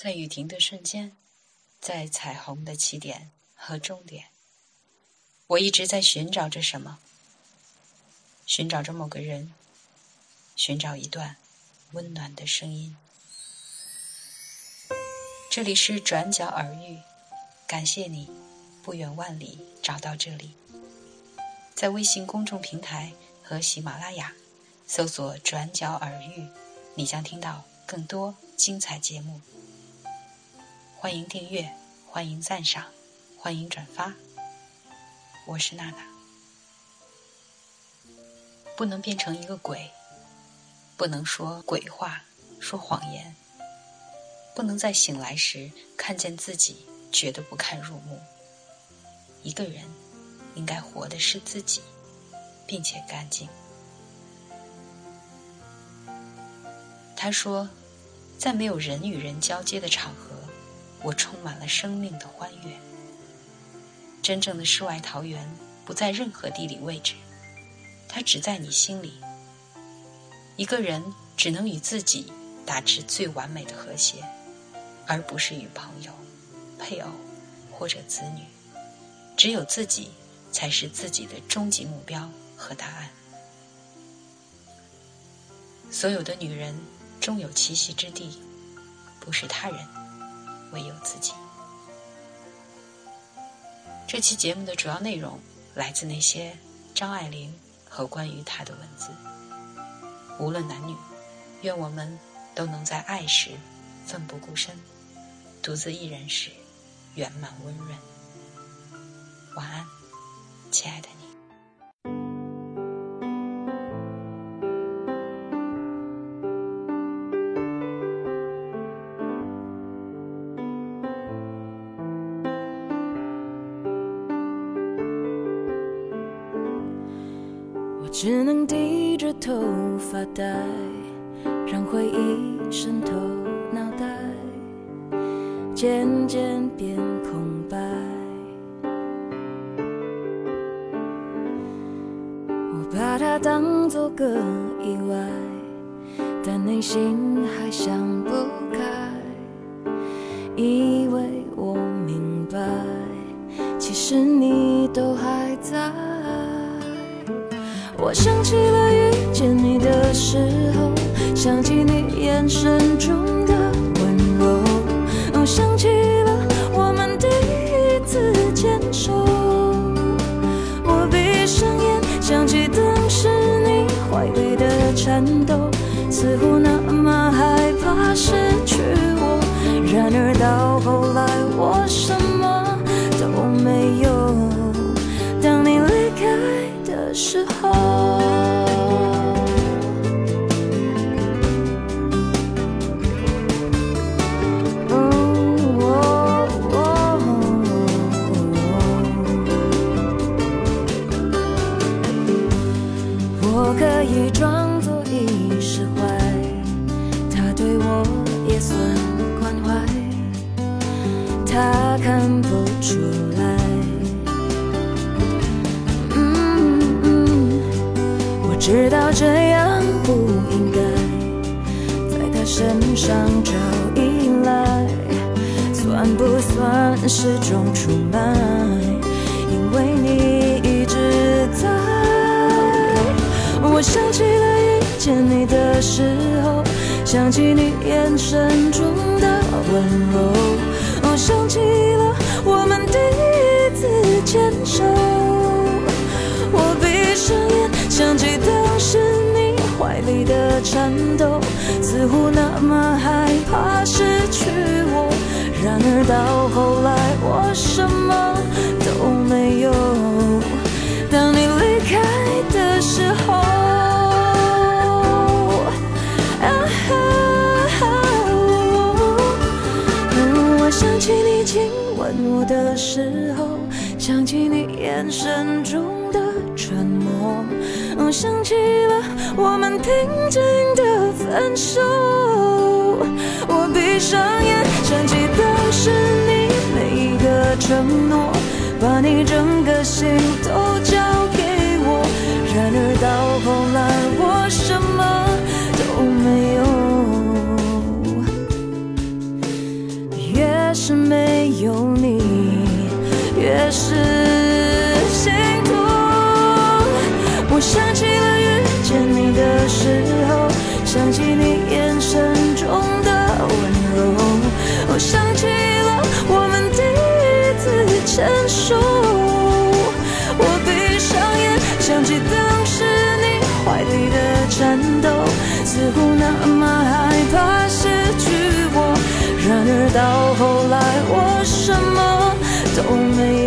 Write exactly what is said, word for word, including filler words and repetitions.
在雨停的瞬间，在彩虹的起点和终点，我一直在寻找着什么，寻找着某个人，寻找一段温暖的声音。这里是转角耳语，感谢你不远万里找到这里。在微信公众平台和喜马拉雅搜索转角耳语，你将听到更多精彩节目。欢迎订阅，欢迎赞赏，欢迎转发。我是娜娜。不能变成一个鬼，不能说鬼话，说谎言，不能在醒来时看见自己觉得不堪入目。一个人应该活的是自己，并且干净。他说，在没有人与人交接的场合，我充满了生命的欢悦。真正的世外桃源不在任何地理位置，它只在你心里。一个人只能与自己达至最完美的和谐，而不是与朋友、配偶或者子女。只有自己才是自己的终极目标和答案。所有的女人终有栖息之地，不是他人，唯有自己。这期节目的主要内容来自那些张爱玲和关于她的文字。无论男女，愿我们都能在爱时奋不顾身，独自一人时圆满温润。晚安，亲爱的你。 我只能低着头发呆，让回忆渗透脑袋，渐渐变空白。把它当作个意外，但内心还想不开，以为我明白，其实你都还在。我想起了遇见你的时候，想起你眼神中的温柔，哦，想起了我们第一次牵手。我闭上眼，想起当时你怀里的颤抖，似乎那么害怕失去我。然而到后来，我什么都没有。当你离开的时候，我可以装作已释怀，他对我也算关怀，他看不出来。嗯嗯，我知道这样不应该在他身上找依赖，算不算是种出卖？因为你一直在。我想起了遇见你的时候，想起你眼神中的温柔，哦，想起了我们第一次牵手。我闭上眼，想起当时你怀里的颤抖，似乎那么害怕失去我。然而到后来，我什么都没有。当你离开的时候，想起你亲吻我的时候，想起你眼神中的沉默，哦，想起了我们平静的分手。我闭上眼，想起当时你每一个承诺，把你整个心都交给我。然而到后来，我什么都没有。 还是没有你，越是心痛。我想起了遇见你的时候，想起你眼神中的温柔，我想起了我们第一次牵手。我闭上眼，想起当时你怀里的颤抖，似乎那么害怕失去我。然而到后来，我什么都没